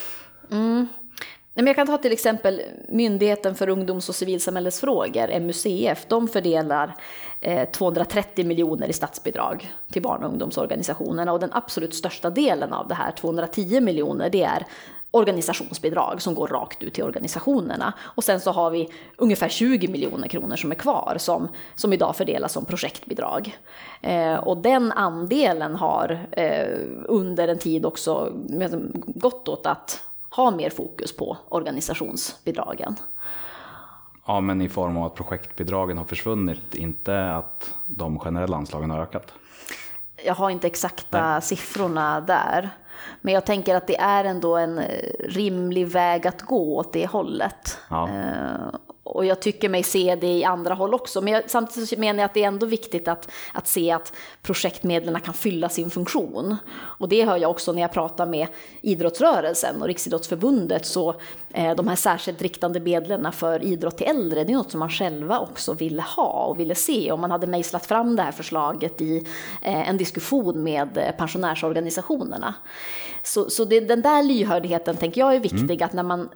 Mm. Men jag kan ta till exempel Myndigheten för ungdoms- och civilsamhällesfrågor, M U C F. De fördelar eh, tvåhundratrettio miljoner i statsbidrag till barn- och ungdomsorganisationerna. Och den absolut största delen av det här, tvåhundratio miljoner, det är organisationsbidrag som går rakt ut till organisationerna. Och sen så har vi ungefär tjugo miljoner kronor som är kvar som, som idag fördelas som projektbidrag. Eh, och den andelen har eh, under en tid också gått åt att ha mer fokus på organisationsbidragen. Ja, men i form av att projektbidragen har försvunnit, inte att de generella anslagen har ökat. Jag har inte exakta Nej. siffrorna där. Men jag tänker att det är ändå en rimlig väg att gå åt det hållet. Ja. Eh, och jag tycker mig se det i andra håll också. Men jag, samtidigt menar jag att det är ändå viktigt att, att se att projektmedlen kan fylla sin funktion. Och det hör jag också när jag pratar med idrottsrörelsen och Riksidrottsförbundet. Så eh, de här särskilt riktande medlen för idrott till äldre, det är något som man själva också ville ha och ville se. Och man hade mejslat fram det här förslaget i eh, en diskussion med pensionärsorganisationerna. Så, så det, den där lyhördheten tänker jag är viktig, mm. att när man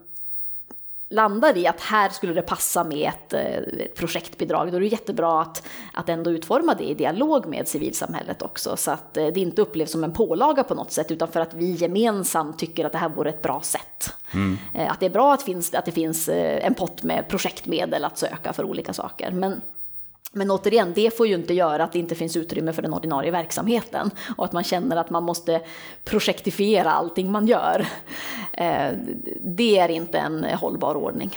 landar i att här skulle det passa med ett, ett projektbidrag, då är det jättebra att, att ändå utforma det i dialog med civilsamhället också, så att det inte upplevs som en pålaga på något sätt, utan för att vi gemensamt tycker att det här vore ett bra sätt. Mm. Att det är bra att, finns, att det finns en pott med projektmedel att söka för olika saker. Men Men återigen, det får ju inte göra att det inte finns utrymme för den ordinarie verksamheten och att man känner att man måste projektifiera allting man gör. Det är inte en hållbar ordning.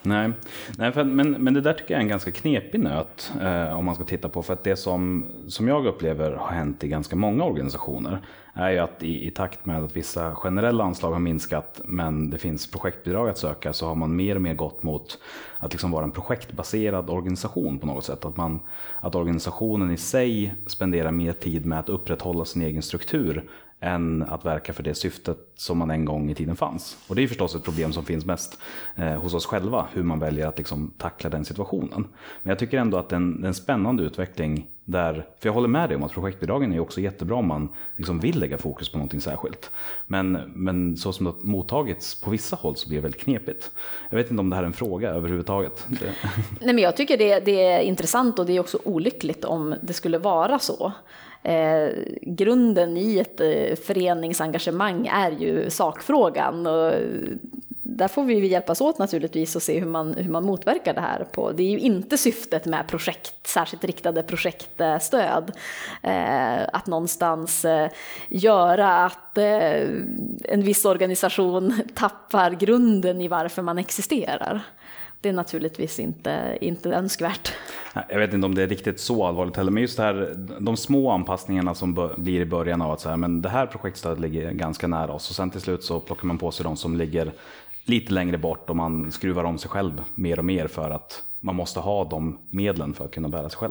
Nej, Nej för, men, men det där tycker jag är en ganska knepig nöt eh, om man ska titta på. För att det som, som jag upplever har hänt i ganska många organisationer är ju att i, i takt med att vissa generella anslag har minskat men det finns projektbidrag att söka, så har man mer och mer gått mot att liksom vara en projektbaserad organisation på något sätt. Att, man, att organisationen i sig spenderar mer tid med att upprätthålla sin egen struktur än att verka för det syftet som man en gång i tiden fanns. Och det är förstås ett problem som finns mest eh, hos oss själva, hur man väljer att liksom tackla den situationen. Men jag tycker ändå att det är en, en spännande utveckling där, för jag håller med dig om att projektbidragen är också jättebra om man liksom vill lägga fokus på någonting särskilt. Men, men så som det har mottagits på vissa håll så blir det väldigt knepigt. Jag vet inte om det här är en fråga överhuvudtaget. Det... Nej, men jag tycker det, det är intressant och det är också olyckligt om det skulle vara så. Eh, grunden i ett eh, föreningsengagemang är ju sakfrågan, och där får vi hjälpas åt naturligtvis och se hur man, hur man motverkar det här på. Det är ju inte syftet med projekt, särskilt riktade projektstöd, eh, att någonstans eh, göra att eh, en viss organisation tappar grunden i varför man existerar. Det är naturligtvis inte, inte önskvärt. Jag vet inte om det är riktigt så allvarligt heller, men just det här, de små anpassningarna som blir i början av att så här, men det här projektstödet ligger ganska nära oss, och sen till slut så plockar man på sig de som ligger lite längre bort och man skruvar om sig själv mer och mer för att man måste ha de medlen för att kunna bära sig själv.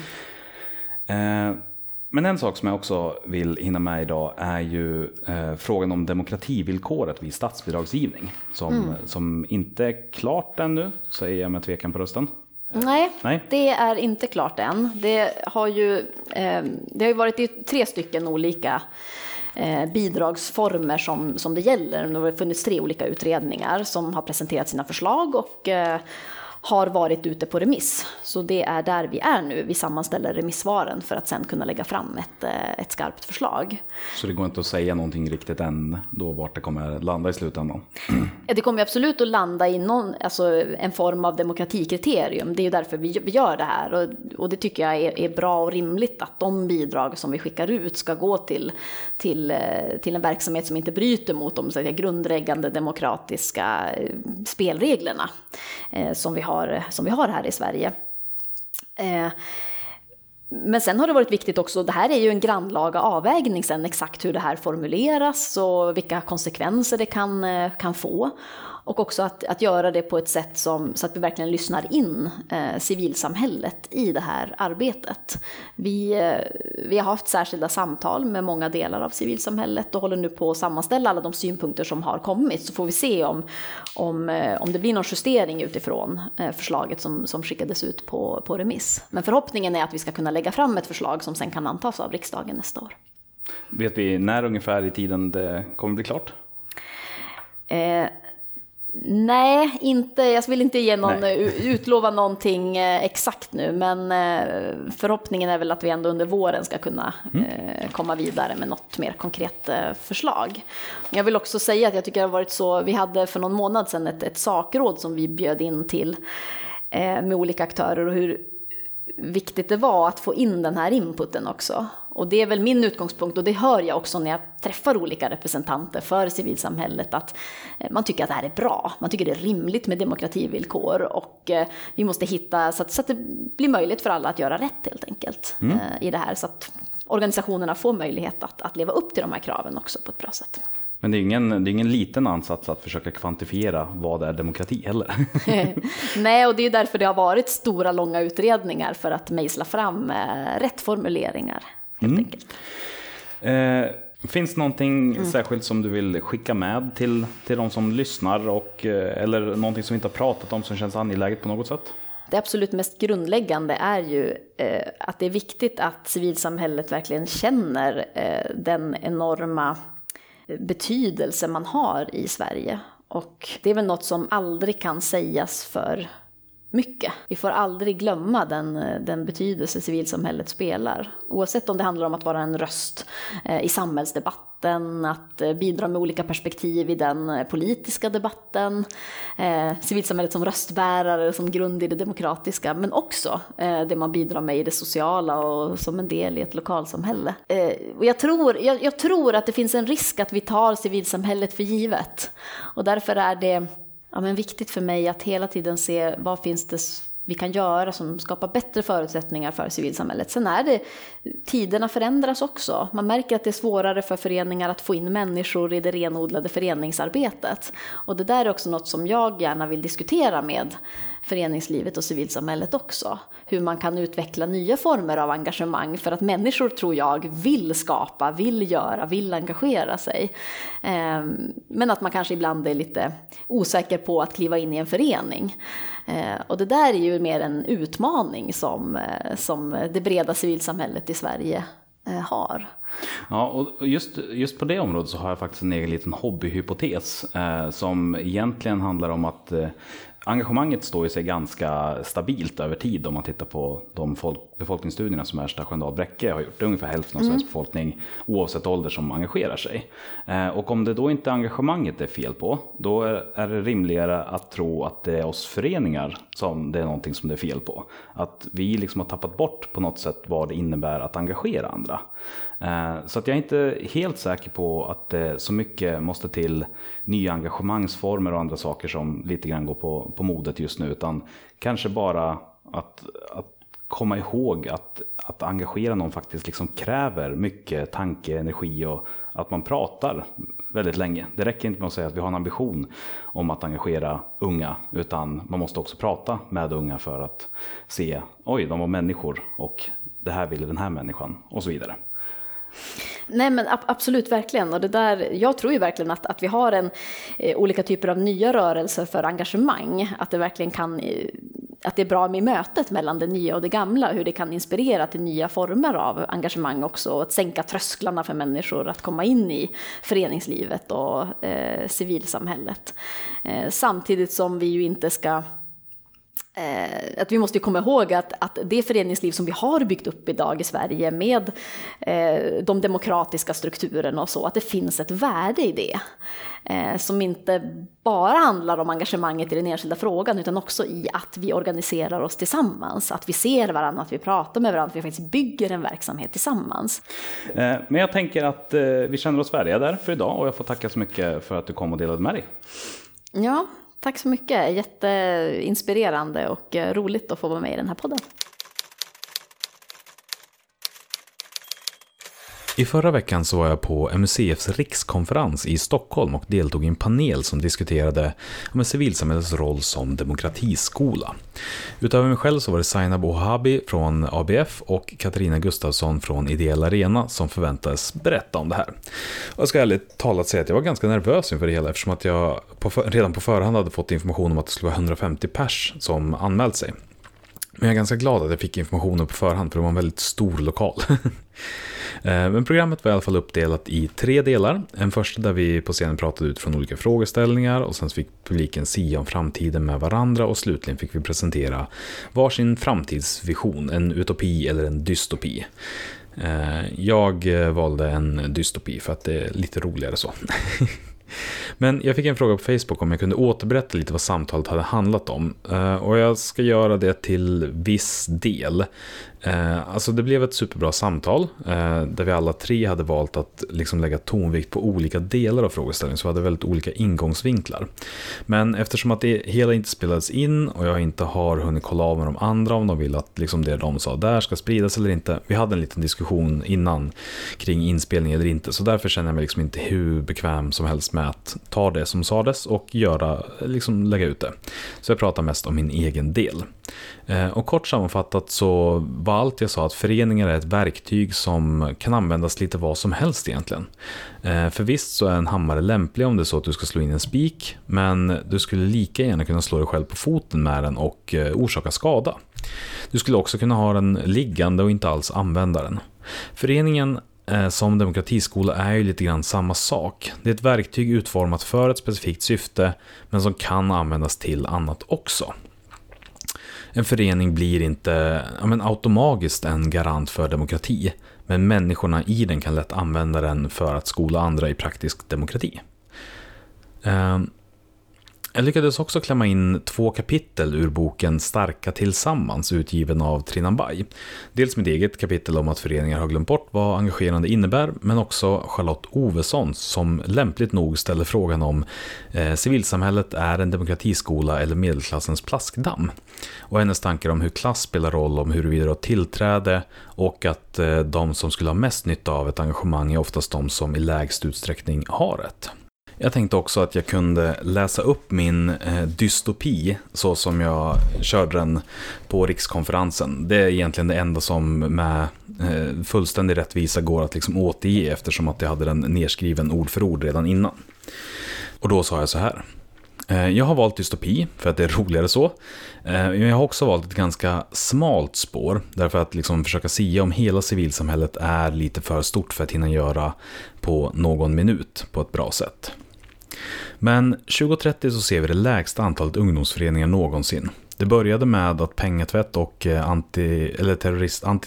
Mm. Eh, Men en sak som jag också vill hinna med idag är ju eh, frågan om demokrativillkoret vid statsbidragsgivning. Som, mm. som inte är klart ännu, säger jag med tvekan på rösten. Nej, Nej, det är inte klart än. Det har ju, eh, det har ju varit i tre stycken olika eh, bidragsformer som, som det gäller. Det har funnits tre olika utredningar som har presenterat sina förslag och eh, har varit ute på remiss. Så det är där vi är nu. Vi sammanställer remissvaren för att sen kunna lägga fram ett, ett skarpt förslag. Så det går inte att säga någonting riktigt än då vart det kommer landa i slutändan? Det kommer absolut att landa i någon, alltså en form av demokratikriterium. Det är ju därför vi gör det här. Och, och det tycker jag är, är bra och rimligt att de bidrag som vi skickar ut ska gå till, till, till en verksamhet som inte bryter mot de så att säga, grundläggande demokratiska spelreglerna eh, som vi har Har, som vi har här i Sverige. Eh, men sen har det varit viktigt också, det här är ju en grannlaga avvägning sen exakt hur det här formuleras och vilka konsekvenser det kan, kan få. Och också att, att göra det på ett sätt som, så att vi verkligen lyssnar in eh, civilsamhället i det här arbetet. Vi, eh, vi har haft särskilda samtal med många delar av civilsamhället och håller nu på att sammanställa alla de synpunkter som har kommit. Så får vi se om, om, eh, om det blir någon justering utifrån eh, förslaget som, som skickades ut på, på remiss. Men förhoppningen är att vi ska kunna lägga fram ett förslag som sen kan antas av riksdagen nästa år. Vet vi när ungefär i tiden det kommer bli klart? Eh, Nej, inte, jag vill inte ge någon, utlova någonting exakt nu, men förhoppningen är väl att vi ändå under våren ska kunna mm. komma vidare med något mer konkret förslag. Jag vill också säga att jag tycker det har varit så, vi hade för någon månad sedan ett, ett sakråd som vi bjöd in till med olika aktörer och hur viktigt det var att få in den här inputen också. Och det är väl min utgångspunkt, och det hör jag också när jag träffar olika representanter för civilsamhället, att man tycker att det här är bra. Man tycker det är rimligt med demokrativillkor, och vi måste hitta så att, så att det blir möjligt för alla att göra rätt helt enkelt mm. i det här, så att organisationerna får möjlighet att, att leva upp till de här kraven också på ett bra sätt. Men det är ingen, det är ingen liten ansats att försöka kvantifiera vad är demokrati heller. Nej, och det är därför det har varit stora, långa utredningar för att mejsla fram eh, rätt formuleringar, helt mm. enkelt. Eh, finns det någonting mm. särskilt som du vill skicka med till, till de som lyssnar, och, eh, eller någonting som vi inte har pratat om som känns angeläget på något sätt? Det absolut mest grundläggande är ju eh, att det är viktigt att civilsamhället verkligen känner eh, den enorma betydelse man har i Sverige, och det är väl något som aldrig kan sägas för mycket. Vi får aldrig glömma den, den betydelse civilsamhället spelar, oavsett om det handlar om att vara en röst eh, i samhällsdebatten, att eh, bidra med olika perspektiv i den politiska debatten, eh, civilsamhället som röstbärare, som grund i det demokratiska, men också eh, det man bidrar med i det sociala och som en del i ett lokalsamhälle. Eh, och jag tror, jag, jag tror att det finns en risk att vi tar civilsamhället för givet, och därför är det ja, men viktigt för mig att hela tiden se vad finns det vi kan göra som skapar bättre förutsättningar för civilsamhället. Sen är det, tiderna förändras också. Man märker att det är svårare för föreningar att få in människor i det renodlade föreningsarbetet. Och det där är också något som jag gärna vill diskutera med föreningslivet och civilsamhället också. Hur man kan utveckla nya former av engagemang för att människor, tror jag, vill skapa, vill göra, vill engagera sig. Men att man kanske ibland är lite osäker på att kliva in i en förening. Och det där är ju mer en utmaning som, som det breda civilsamhället i Sverige har. Ja, och just, just på det området så har jag faktiskt en egen liten hobbyhypotes eh, som egentligen handlar om att eh, engagemanget står ju sig ganska stabilt över tid om man tittar på de folk, befolkningsstudierna som Ersta Sköndal Bräcke har gjort. Det är ungefär hälften av Sveriges mm. befolkning oavsett ålder som engagerar sig. Eh, och om det då inte engagemanget är fel på, då är, är det rimligare att tro att det är oss föreningar som det är någonting som det är fel på. Att vi liksom har tappat bort på något sätt vad det innebär att engagera andra. Så att jag är inte helt säker på att det så mycket måste till nya engagemangsformer och andra saker som lite grann går på, på modet just nu, utan kanske bara att, att komma ihåg att, att engagera någon faktiskt liksom kräver mycket tanke, energi och att man pratar väldigt länge. Det räcker inte med att säga att vi har en ambition om att engagera unga, utan man måste också prata med unga för att se, oj, de var människor och det här ville den här människan och så vidare. Nej, men absolut, verkligen. Och det där, jag tror ju verkligen att, att vi har en, eh, olika typer av nya rörelser för engagemang. Att det verkligen kan, att det är bra med mötet mellan det nya och det gamla. Hur det kan inspirera till nya former av engagemang också. Och att sänka trösklarna för människor att komma in i föreningslivet och eh, civilsamhället. Eh, samtidigt som vi ju inte ska... Att vi måste komma ihåg att, att det föreningsliv som vi har byggt upp idag i Sverige med eh, de demokratiska strukturerna och så, att det finns ett värde i det eh, som inte bara handlar om engagemanget i den enskilda frågan, utan också i att vi organiserar oss tillsammans, att vi ser varandra, att vi pratar med varandra, att vi faktiskt bygger en verksamhet tillsammans. Eh, men jag tänker att eh, vi känner oss färdiga där för idag, och jag får tacka så mycket för att du kom och delade med dig. Ja, tack så mycket. Jätteinspirerande och roligt att få vara med i den här podden. I förra veckan så var jag på M U C F:s rikskonferens i Stockholm och deltog i en panel som diskuterade om civilsamhällets roll som demokratiskola. Utöver mig själv så var det Zainab Ohabi från A B F och Katarina Gustafsson från Ideell Arena som förväntades berätta om det här. Och jag ska ärligt talat säga att jag var ganska nervös inför det hela, eftersom att jag på för, redan på förhand hade fått information om att det skulle vara hundrafemtio pers som anmält sig. Men jag är ganska glad att jag fick informationen på förhand, för det var en väldigt stor lokal. Men programmet var i alla fall uppdelat i tre delar. En första där vi på scenen pratade ut från olika frågeställningar, och sen fick publiken sia om framtiden med varandra, och slutligen fick vi presentera varsin framtidsvision, en utopi eller en dystopi. Jag valde en dystopi för att det är lite roligare så. Men jag fick en fråga på Facebook om jag kunde återberätta lite vad samtalet hade handlat om. Och jag ska göra det till viss del. Alltså det blev ett superbra samtal där vi alla tre hade valt att liksom lägga tonvikt på olika delar av frågeställningen, så vi hade väldigt olika ingångsvinklar. Men eftersom att det hela inte spelades in och jag inte har hunnit kolla av med de andra om de vill att liksom det de sa där ska spridas eller inte. Vi hade en liten diskussion innan kring inspelning eller inte, så därför känner jag mig liksom inte hur bekväm som helst med att ta det som sades och göra, liksom lägga ut det. Så jag pratar mest om min egen del. Och kort sammanfattat så var allt jag sa att föreningar är ett verktyg som kan användas lite vad som helst egentligen. För visst så är en hammare lämplig om det är så att du ska slå in en spik, men du skulle lika gärna kunna slå dig själv på foten med den och orsaka skada. Du skulle också kunna ha den liggande och inte alls använda den. Föreningen som demokratiskola är ju lite grann samma sak. Det är ett verktyg utformat för ett specifikt syfte, men som kan användas till annat också. En förening blir inte ja, men automatiskt en garant för demokrati, men människorna i den kan lätt använda den för att skola andra i praktisk demokrati. Jag lyckades också klämma in två kapitel ur boken Starka tillsammans, utgiven av Trinambay. Dels mitt eget kapitel om att föreningar har glömt bort vad engagerande innebär, men också Charlotte Ovessons som lämpligt nog ställer frågan om eh, civilsamhället är en demokratiskola eller medelklassens plaskdamm. Och hennes tankar om hur klass spelar roll, om huruvida det har tillträde och att eh, de som skulle ha mest nytta av ett engagemang är oftast de som i lägst utsträckning har ett. Jag tänkte också att jag kunde läsa upp min eh, dystopi så som jag körde den på rikskonferensen. Det är egentligen det enda som med eh, fullständig rättvisa går att liksom återge, eftersom att jag hade den nedskriven ord för ord redan innan. Och då sa jag så här. Eh, jag har valt dystopi för att det är roligare så. Eh, men jag har också valt ett ganska smalt spår, därför att liksom försöka sia om hela civilsamhället är lite för stort för att hinna göra på någon minut på ett bra sätt. Men tjugo trettio så ser vi det lägsta antalet ungdomsföreningar någonsin. Det började med att pengatvätt och anti, eller terrorist, anti,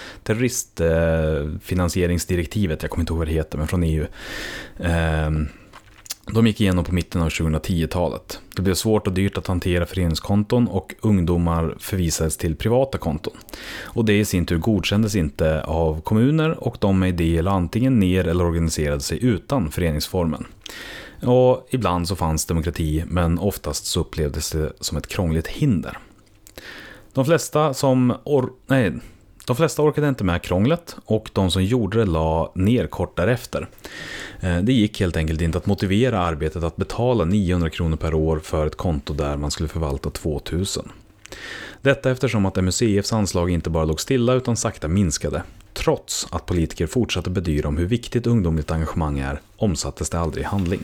terroristfinansieringsdirektivet, jag kommer inte ihåg vad det heter, men från E U. Eh, de gick igenom på mitten av tjugohundratio-talet. Det blev svårt och dyrt att hantera föreningskonton och ungdomar förvisades till privata konton. Och det i sin tur godkändes inte av kommuner och de med idé la antingen ner eller organiserade sig utan föreningsformen. Och ibland så fanns demokrati, men oftast så upplevdes det som ett krångligt hinder. De flesta som or- nej, de flesta orkade inte med krånglet och de som gjorde det la ner kort därefter. Det gick helt enkelt inte att motivera arbetet att betala niohundra kronor per år för ett konto där man skulle förvalta tvåtusen. Detta eftersom att M U C F:s anslag inte bara låg stilla utan sakta minskade. Trots att politiker fortsatte bedyra om hur viktigt ungdomligt engagemang är, omsattes det aldrig i handling.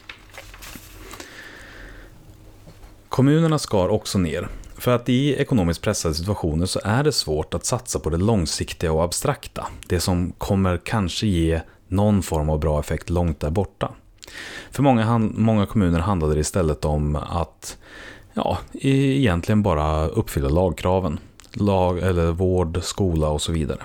Kommunerna skar också ner. För att i ekonomiskt pressade situationer så är det svårt att satsa på det långsiktiga och abstrakta. Det som kommer kanske ge någon form av bra effekt långt där borta. För många, många kommuner handlade det istället om att ja, egentligen bara uppfylla lagkraven. Lag eller vård, skola och så vidare.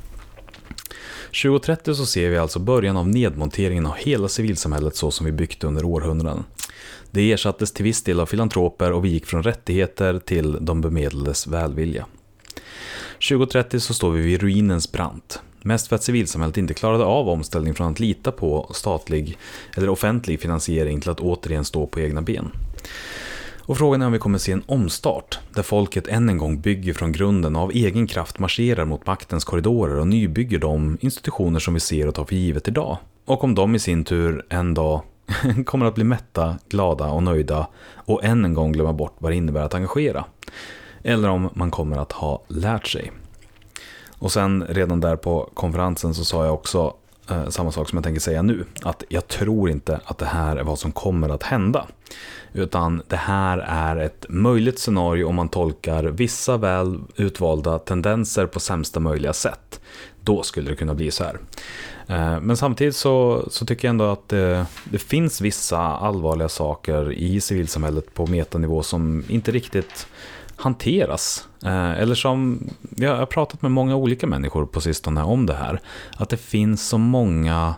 tjugo trettio så ser vi alltså början av nedmonteringen av hela civilsamhället så som vi byggt under århundraden. Det ersattes till viss del av filantroper och vi gick från rättigheter till de bemedlades välvilja. tjugo trettio så står vi vid ruinens brant. Mest för att civilsamhället inte klarade av omställning från att lita på statlig eller offentlig finansiering till att återigen stå på egna ben. Och frågan är om vi kommer se en omstart där folket än en gång bygger från grunden och av egen kraft marscherar mot maktens korridorer och nybygger de institutioner som vi ser och tar för givet idag. Och om de i sin tur en dag kommer att bli mätta, glada och nöjda och än en gång glömma bort vad det innebär att engagera. Eller om man kommer att ha lärt sig. Och sen redan där på konferensen så sa jag också eh, samma sak som jag tänker säga nu. Att jag tror inte att det här är vad som kommer att hända. Utan det här är ett möjligt scenario om man tolkar vissa väl utvalda tendenser på sämsta möjliga sätt. Då skulle det kunna bli så här. Men samtidigt så, så tycker jag ändå att det, det finns vissa allvarliga saker i civilsamhället på metanivå som inte riktigt hanteras. Eller som, jag har pratat med många olika människor på sistone om det här. Att det finns så många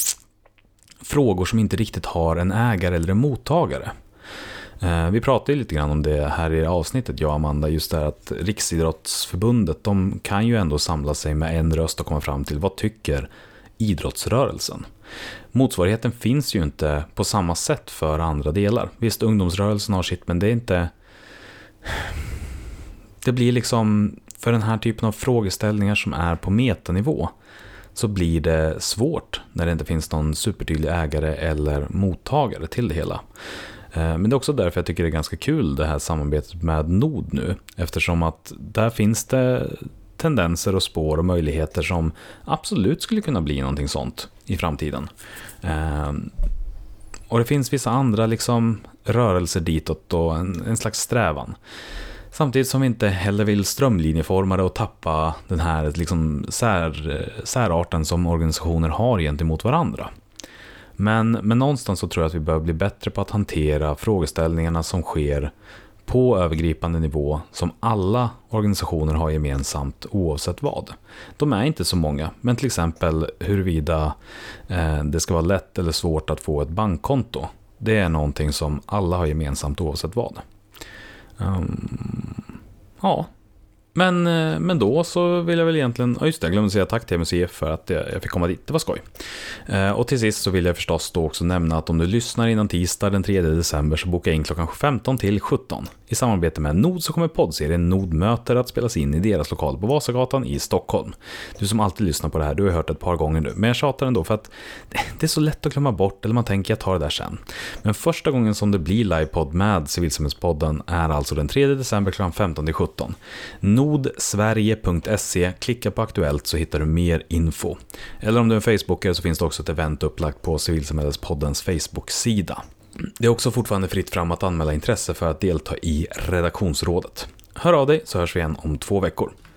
frågor som inte riktigt har en ägare eller en mottagare. Vi pratade ju lite grann om det här i avsnittet, jag och Amanda, just det här att Riksidrottsförbundet, de kan ju ändå samla sig med en röst och komma fram till vad tycker idrottsrörelsen. Motsvarigheten finns ju inte på samma sätt för andra delar. Visst, ungdomsrörelsen har sitt, men det är inte... Det blir liksom, för den här typen av frågeställningar som är på metanivå, så blir det svårt när det inte finns någon supertydlig ägare eller mottagare till det hela. Men det är också därför jag tycker det är ganska kul det här samarbetet med Nod nu. Eftersom att där finns det tendenser och spår och möjligheter som absolut skulle kunna bli någonting sånt i framtiden. Och det finns vissa andra liksom rörelser ditåt och en, en slags strävan. Samtidigt som vi inte heller vill strömlinjeforma det och tappa den här liksom sär, särarten som organisationer har gentemot varandra. Men, men någonstans så tror jag att vi behöver bli bättre på att hantera frågeställningarna som sker på övergripande nivå som alla organisationer har gemensamt oavsett vad. De är inte så många, men till exempel huruvida eh, det ska vara lätt eller svårt att få ett bankkonto. Det är någonting som alla har gemensamt oavsett vad. Um, ja. Men, men då så vill jag väl egentligen, ja just det, jag glömde säga tack till M U C F för att jag, jag fick komma dit, det var skoj. Eh, och till sist så vill jag förstås då också nämna att om du lyssnar innan tisdag den tredje december så boka in klockan femton till sjutton. I samarbete med Nod så kommer poddserien Nod möter att spelas in i deras lokal på Vasagatan i Stockholm. Du som alltid lyssnar på det här, du har hört ett par gånger nu, men jag tjatar ändå för att det är så lätt att glömma bort, eller man tänker jag tar det där sen. Men första gången som det blir livepodd med Civilsamhällspodden är alltså den tredje december klockan femton till sjutton. nodsverige punkt se, klicka på aktuellt så hittar du mer info. Eller om du är en Facebookare så finns det också ett event upplagt på Civilsamhällespoddens Facebook-sida. Det är också fortfarande fritt fram att anmäla intresse för att delta i redaktionsrådet. Hör av dig så hörs vi igen om två veckor.